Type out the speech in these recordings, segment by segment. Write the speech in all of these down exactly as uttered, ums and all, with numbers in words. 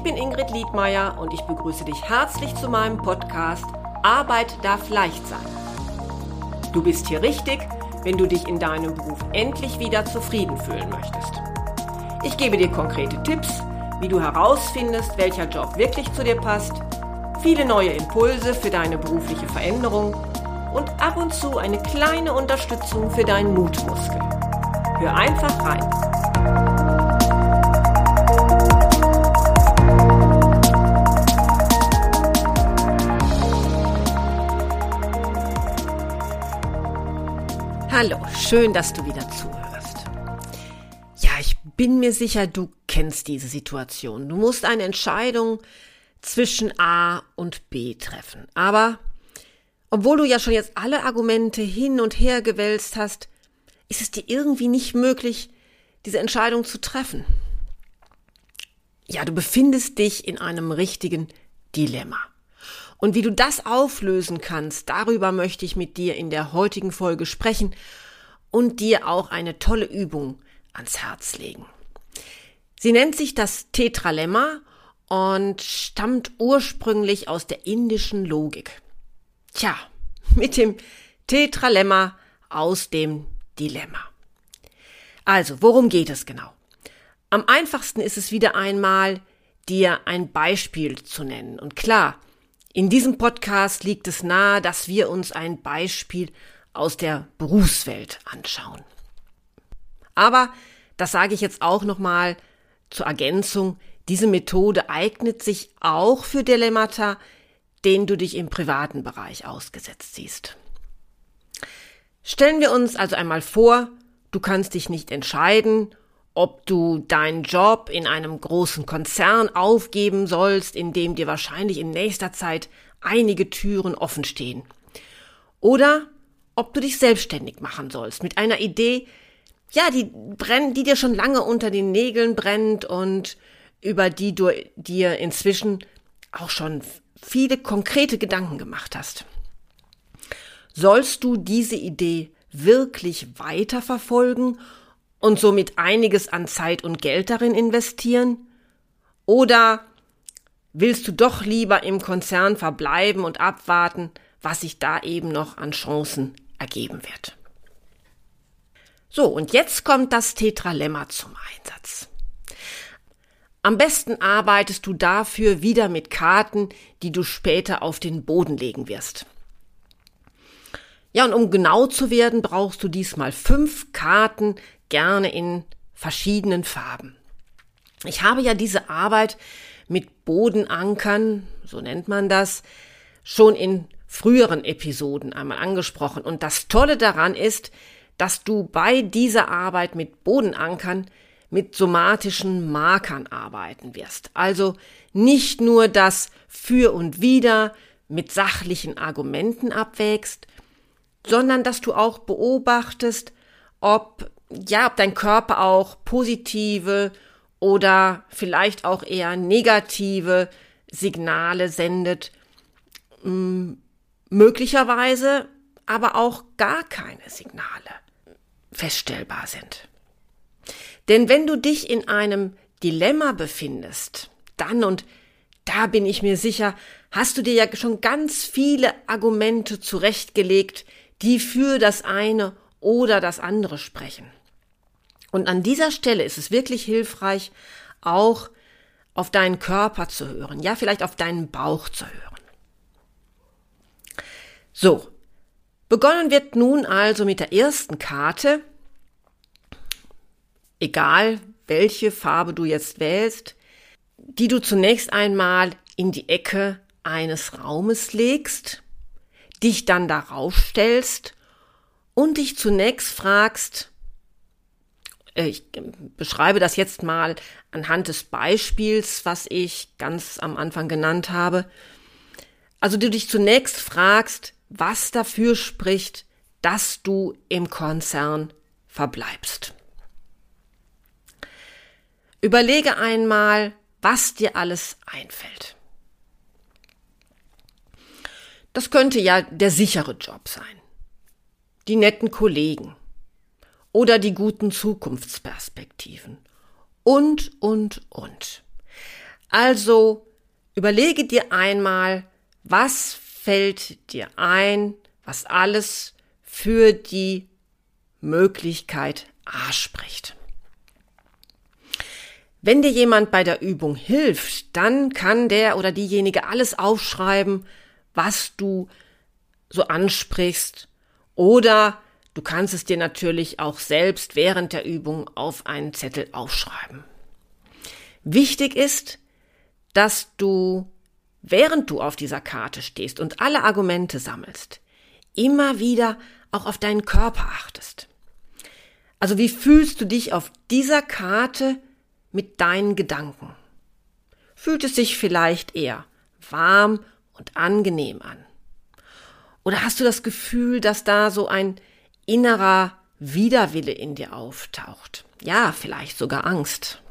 Ich bin Ingrid Liedmeier und ich begrüße dich herzlich zu meinem Podcast Arbeit darf leicht sein. Du bist hier richtig, wenn du dich in deinem Beruf endlich wieder zufrieden fühlen möchtest. Ich gebe dir konkrete Tipps, wie du herausfindest, welcher Job wirklich zu dir passt, viele neue Impulse für deine berufliche Veränderung und ab und zu eine kleine Unterstützung für deinen Mutmuskel. Hör einfach rein. Hallo, schön, dass du wieder zuhörst. Ja, ich bin mir sicher, du kennst diese Situation. Du musst eine Entscheidung zwischen A und B treffen. Aber obwohl du ja schon jetzt alle Argumente hin und her gewälzt hast, ist es dir irgendwie nicht möglich, diese Entscheidung zu treffen. Ja, du befindest dich in einem richtigen Dilemma. Und wie du das auflösen kannst, darüber möchte ich mit dir in der heutigen Folge sprechen und dir auch eine tolle Übung ans Herz legen. Sie nennt sich das Tetralemma und stammt ursprünglich aus der indischen Logik. Tja, mit dem Tetralemma aus dem Dilemma. Also, worum geht es genau? Am einfachsten ist es wieder einmal, dir ein Beispiel zu nennen. Und klar, in diesem Podcast liegt es nahe, dass wir uns ein Beispiel aus der Berufswelt anschauen. Aber, das sage ich jetzt auch nochmal zur Ergänzung, diese Methode eignet sich auch für Dilemmata, denen du dich im privaten Bereich ausgesetzt siehst. Stellen wir uns also einmal vor, du kannst dich nicht entscheiden, ob du deinen Job in einem großen Konzern aufgeben sollst, in dem dir wahrscheinlich in nächster Zeit einige Türen offen stehen. Oder ob du dich selbstständig machen sollst mit einer Idee, ja, die brennt, die dir schon lange unter den Nägeln brennt und über die du dir inzwischen auch schon viele konkrete Gedanken gemacht hast. Sollst du diese Idee wirklich weiterverfolgen und somit einiges an Zeit und Geld darin investieren? Oder willst du doch lieber im Konzern verbleiben und abwarten, was sich da eben noch an Chancen ergeben wird? So, und jetzt kommt das Tetralemma zum Einsatz. Am besten arbeitest du dafür wieder mit Karten, die du später auf den Boden legen wirst. Ja, und um genau zu werden, brauchst du diesmal fünf Karten, gerne in verschiedenen Farben. Ich habe ja diese Arbeit mit Bodenankern, so nennt man das, schon in früheren Episoden einmal angesprochen. Und das Tolle daran ist, dass du bei dieser Arbeit mit Bodenankern mit somatischen Markern arbeiten wirst. Also nicht nur das Für und Wider mit sachlichen Argumenten abwägst, sondern dass du auch beobachtest, ob ja, ob dein Körper auch positive oder vielleicht auch eher negative Signale sendet, m- möglicherweise aber auch gar keine Signale feststellbar sind. Denn wenn du dich in einem Dilemma befindest, dann, und da bin ich mir sicher, hast du dir ja schon ganz viele Argumente zurechtgelegt, die für das eine oder das andere sprechen. Und an dieser Stelle ist es wirklich hilfreich, auch auf deinen Körper zu hören, ja, vielleicht auf deinen Bauch zu hören. So, begonnen wird nun also mit der ersten Karte. Egal, welche Farbe du jetzt wählst, die du zunächst einmal in die Ecke eines Raumes legst, dich dann darauf stellst und dich zunächst fragst, ich beschreibe das jetzt mal anhand des Beispiels, was ich ganz am Anfang genannt habe. Also du dich zunächst fragst, was dafür spricht, dass du im Konzern verbleibst. Überlege einmal, was dir alles einfällt. Das könnte ja der sichere Job sein, die netten Kollegen oder die guten Zukunftsperspektiven und, und, und. Also überlege dir einmal, was fällt dir ein, was alles für die Möglichkeit A spricht. Wenn dir jemand bei der Übung hilft, dann kann der oder diejenige alles aufschreiben, was du so ansprichst, oder du kannst es dir natürlich auch selbst während der Übung auf einen Zettel aufschreiben. Wichtig ist, dass du, während du auf dieser Karte stehst und alle Argumente sammelst, immer wieder auch auf deinen Körper achtest. Also wie fühlst du dich auf dieser Karte mit deinen Gedanken? Fühlt es sich vielleicht eher warm und angenehm an? Oder hast du das Gefühl, dass da so ein innerer Widerwille in dir auftaucht? Ja, vielleicht sogar Angst.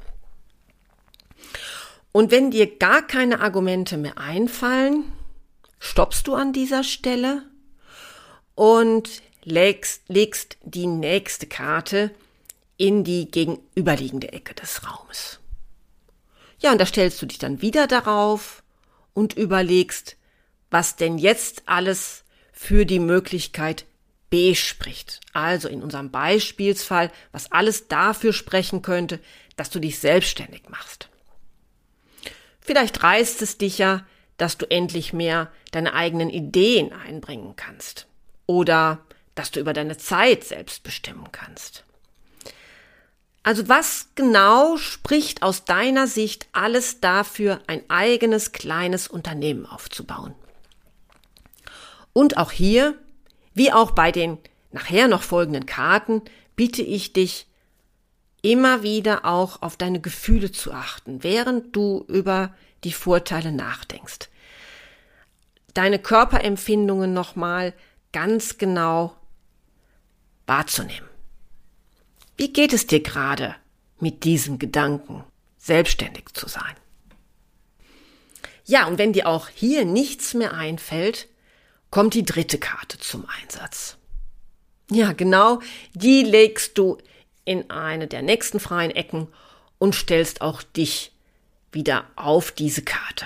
Und wenn dir gar keine Argumente mehr einfallen, stoppst du an dieser Stelle und legst, legst die nächste Karte in die gegenüberliegende Ecke des Raumes. Ja, und da stellst du dich dann wieder darauf und überlegst, was denn jetzt alles für die Möglichkeit B spricht. Also in unserem Beispielsfall, was alles dafür sprechen könnte, dass du dich selbstständig machst. Vielleicht reizt es dich ja, dass du endlich mehr deine eigenen Ideen einbringen kannst. Oder dass du über deine Zeit selbst bestimmen kannst. Also was genau spricht aus deiner Sicht alles dafür, ein eigenes kleines Unternehmen aufzubauen? Und auch hier, wie auch bei den nachher noch folgenden Karten, bitte ich dich, immer wieder auch auf deine Gefühle zu achten, während du über die Vorteile nachdenkst. Deine Körperempfindungen nochmal ganz genau wahrzunehmen. Wie geht es dir gerade mit diesem Gedanken, selbstständig zu sein? Ja, und wenn dir auch hier nichts mehr einfällt, kommt die dritte Karte zum Einsatz. Ja, genau, die legst du in eine der nächsten freien Ecken und stellst auch dich wieder auf diese Karte.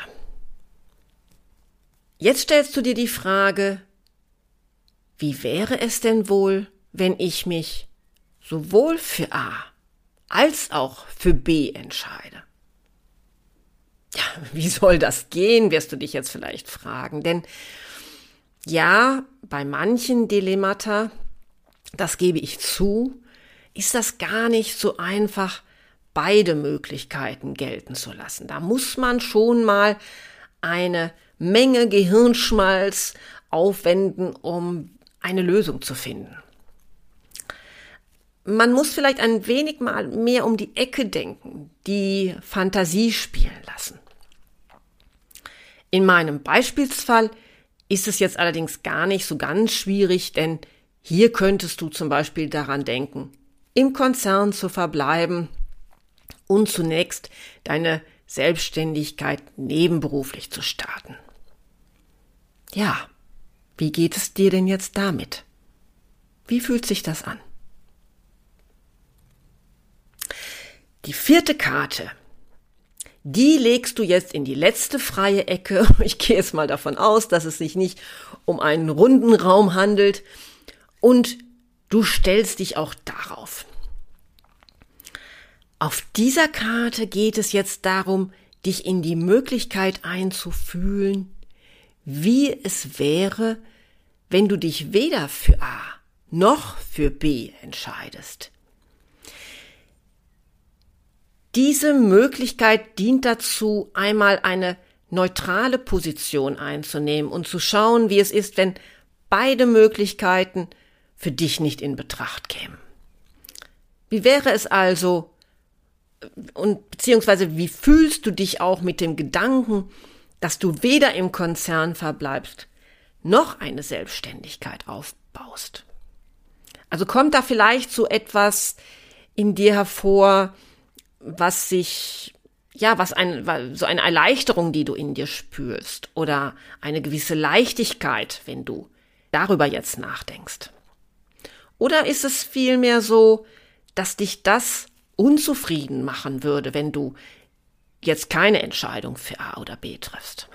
Jetzt stellst du dir die Frage, wie wäre es denn wohl, wenn ich mich sowohl für A als auch für B entscheide? Ja, wie soll das gehen, wirst du dich jetzt vielleicht fragen. Denn ja, bei manchen Dilemmata, das gebe ich zu, ist das gar nicht so einfach, beide Möglichkeiten gelten zu lassen. Da muss man schon mal eine Menge Gehirnschmalz aufwenden, um eine Lösung zu finden. Man muss vielleicht ein wenig mal mehr um die Ecke denken, die Fantasie spielen lassen. In meinem Beispielsfall ist es jetzt allerdings gar nicht so ganz schwierig, denn hier könntest du zum Beispiel daran denken, im Konzern zu verbleiben und zunächst deine Selbstständigkeit nebenberuflich zu starten. Ja, wie geht es dir denn jetzt damit? Wie fühlt sich das an? Die vierte Karte, die legst du jetzt in die letzte freie Ecke. Ich gehe jetzt mal davon aus, dass es sich nicht um einen runden Raum handelt. Und du stellst dich auch darauf. Auf dieser Karte geht es jetzt darum, dich in die Möglichkeit einzufühlen, wie es wäre, wenn du dich weder für A noch für B entscheidest. Diese Möglichkeit dient dazu, einmal eine neutrale Position einzunehmen und zu schauen, wie es ist, wenn beide Möglichkeiten für dich nicht in Betracht kämen. Wie wäre es also, und beziehungsweise wie fühlst du dich auch mit dem Gedanken, dass du weder im Konzern verbleibst, noch eine Selbstständigkeit aufbaust? Also kommt da vielleicht so etwas in dir hervor, was sich, ja, was ein, so eine Erleichterung, die du in dir spürst, oder eine gewisse Leichtigkeit, wenn du darüber jetzt nachdenkst? Oder ist es vielmehr so, dass dich das unzufrieden machen würde, wenn du jetzt keine Entscheidung für A oder B triffst.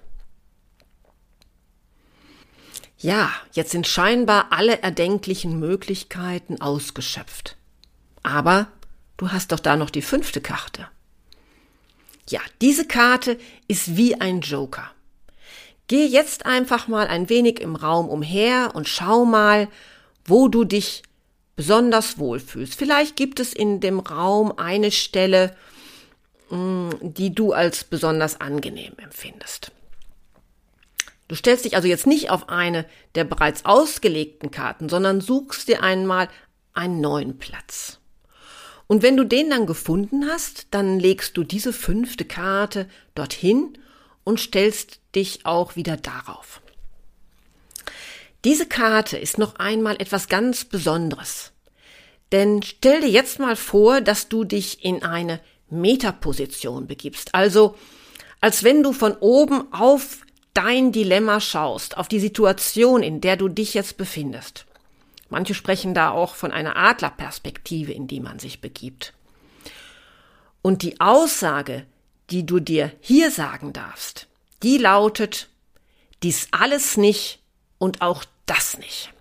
Ja, jetzt sind scheinbar alle erdenklichen Möglichkeiten ausgeschöpft. Aber du hast doch da noch die fünfte Karte. Ja, diese Karte ist wie ein Joker. Geh jetzt einfach mal ein wenig im Raum umher und schau mal, wo du dich besonders wohlfühlst. Vielleicht gibt es in dem Raum eine Stelle, die du als besonders angenehm empfindest. Du stellst dich also jetzt nicht auf eine der bereits ausgelegten Karten, sondern suchst dir einmal einen neuen Platz. Und wenn du den dann gefunden hast, dann legst du diese fünfte Karte dorthin und stellst dich auch wieder darauf. Diese Karte ist noch einmal etwas ganz Besonderes. Denn stell dir jetzt mal vor, dass du dich in eine Metaposition begibst. Also, als wenn du von oben auf dein Dilemma schaust, auf die Situation, in der du dich jetzt befindest. Manche sprechen da auch von einer Adlerperspektive, in die man sich begibt. Und die Aussage, die du dir hier sagen darfst, die lautet: dies alles nicht und auch das nicht.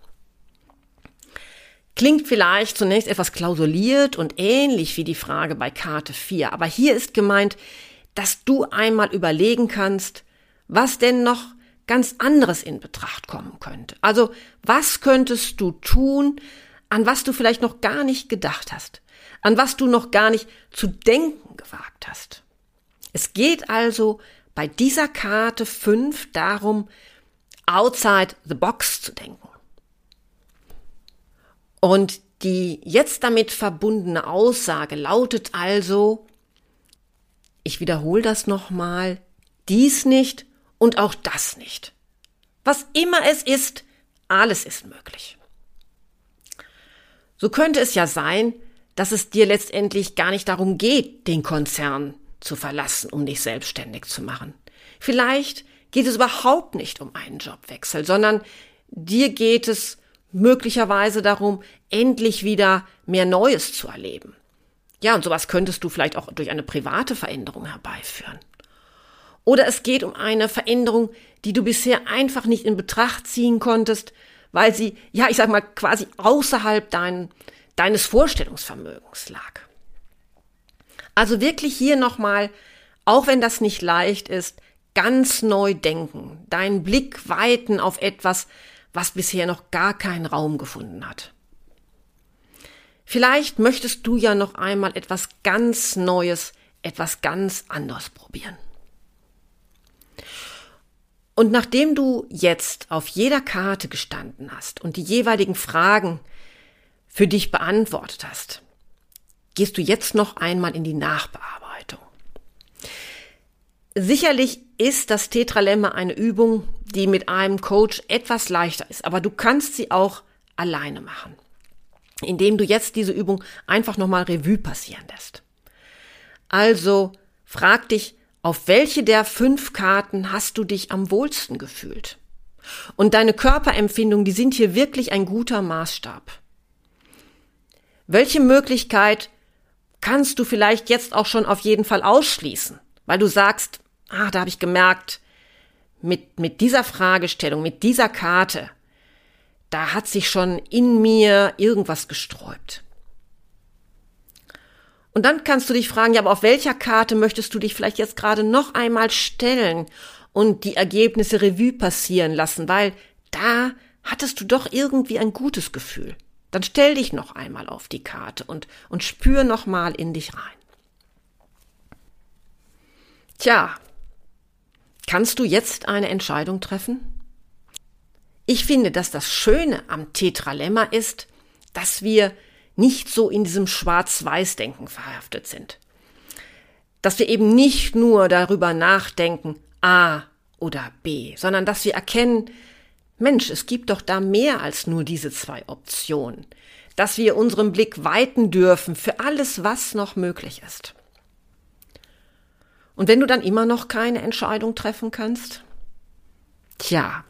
Klingt vielleicht zunächst etwas klausuliert und ähnlich wie die Frage bei Karte vier, aber hier ist gemeint, dass du einmal überlegen kannst, was denn noch ganz anderes in Betracht kommen könnte. Also, was könntest du tun, an was du vielleicht noch gar nicht gedacht hast, an was du noch gar nicht zu denken gewagt hast. Es geht also bei dieser Karte fünf darum, outside the box zu denken. Und die jetzt damit verbundene Aussage lautet also, ich wiederhole das nochmal, dies nicht und auch das nicht. Was immer es ist, alles ist möglich. So könnte es ja sein, dass es dir letztendlich gar nicht darum geht, den Konzern zu verlassen, um dich selbstständig zu machen. Vielleicht geht es überhaupt nicht um einen Jobwechsel, sondern dir geht es möglicherweise darum, endlich wieder mehr Neues zu erleben. Ja, und sowas könntest du vielleicht auch durch eine private Veränderung herbeiführen. Oder es geht um eine Veränderung, die du bisher einfach nicht in Betracht ziehen konntest, weil sie, ja, ich sag mal, quasi außerhalb dein, deines Vorstellungsvermögens lag. Also wirklich hier nochmal, auch wenn das nicht leicht ist, ganz neu denken, deinen Blick weiten auf etwas, was bisher noch gar keinen Raum gefunden hat. Vielleicht möchtest du ja noch einmal etwas ganz Neues, etwas ganz anderes probieren. Und nachdem du jetzt auf jeder Karte gestanden hast und die jeweiligen Fragen für dich beantwortet hast, gehst du jetzt noch einmal in die Nachbearbeitung. Sicherlich ist das Tetralemma eine Übung, die mit einem Coach etwas leichter ist, aber du kannst sie auch alleine machen, indem du jetzt diese Übung einfach nochmal Revue passieren lässt. Also frag dich, auf welche der fünf Karten hast du dich am wohlsten gefühlt? Und deine Körperempfindungen, die sind hier wirklich ein guter Maßstab. Welche Möglichkeit kannst du vielleicht jetzt auch schon auf jeden Fall ausschließen, weil du sagst, ah, da habe ich gemerkt, mit, mit dieser Fragestellung, mit dieser Karte, da hat sich schon in mir irgendwas gesträubt. Und dann kannst du dich fragen, ja, aber auf welcher Karte möchtest du dich vielleicht jetzt gerade noch einmal stellen und die Ergebnisse Revue passieren lassen, weil da hattest du doch irgendwie ein gutes Gefühl. Dann stell dich noch einmal auf die Karte und, und spür noch mal in dich rein. Tja, kannst du jetzt eine Entscheidung treffen? Ich finde, dass das Schöne am Tetralemma ist, dass wir nicht so in diesem Schwarz-Weiß-Denken verhaftet sind. Dass wir eben nicht nur darüber nachdenken, A oder B, sondern dass wir erkennen, Mensch, es gibt doch da mehr als nur diese zwei Optionen. Dass wir unseren Blick weiten dürfen für alles, was noch möglich ist. Und wenn du dann immer noch keine Entscheidung treffen kannst, tja,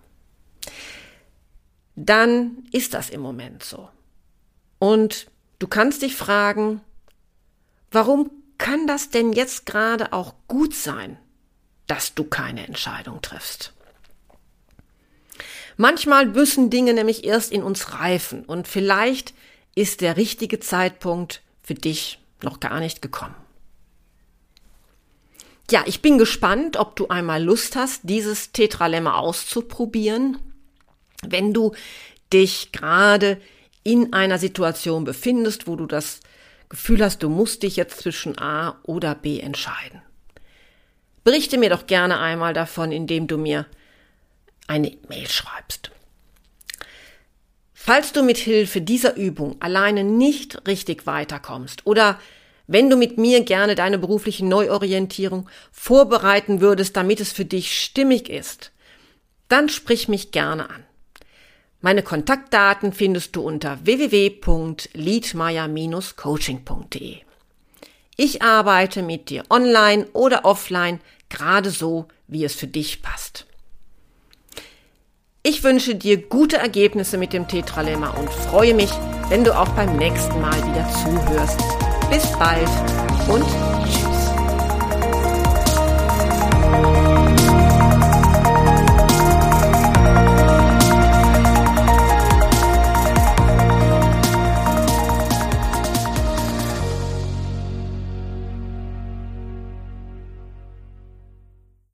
dann ist das im Moment so. Und du kannst dich fragen, warum kann das denn jetzt gerade auch gut sein, dass du keine Entscheidung triffst? Manchmal müssen Dinge nämlich erst in uns reifen und vielleicht ist der richtige Zeitpunkt für dich noch gar nicht gekommen. Ja, ich bin gespannt, ob du einmal Lust hast, dieses Tetralemma auszuprobieren, wenn du dich gerade in einer Situation befindest, wo du das Gefühl hast, du musst dich jetzt zwischen A oder B entscheiden. Berichte mir doch gerne einmal davon, indem du mir eine Mail schreibst. Falls du mit Hilfe dieser Übung alleine nicht richtig weiterkommst oder wenn du mit mir gerne deine berufliche Neuorientierung vorbereiten würdest, damit es für dich stimmig ist, dann sprich mich gerne an. Meine Kontaktdaten findest du unter w w w punkt liedmeier Bindestrich coaching punkt d e. Ich arbeite mit dir online oder offline, gerade so, wie es für dich passt. Ich wünsche dir gute Ergebnisse mit dem Tetralemma und freue mich, wenn du auch beim nächsten Mal wieder zuhörst. Bis bald und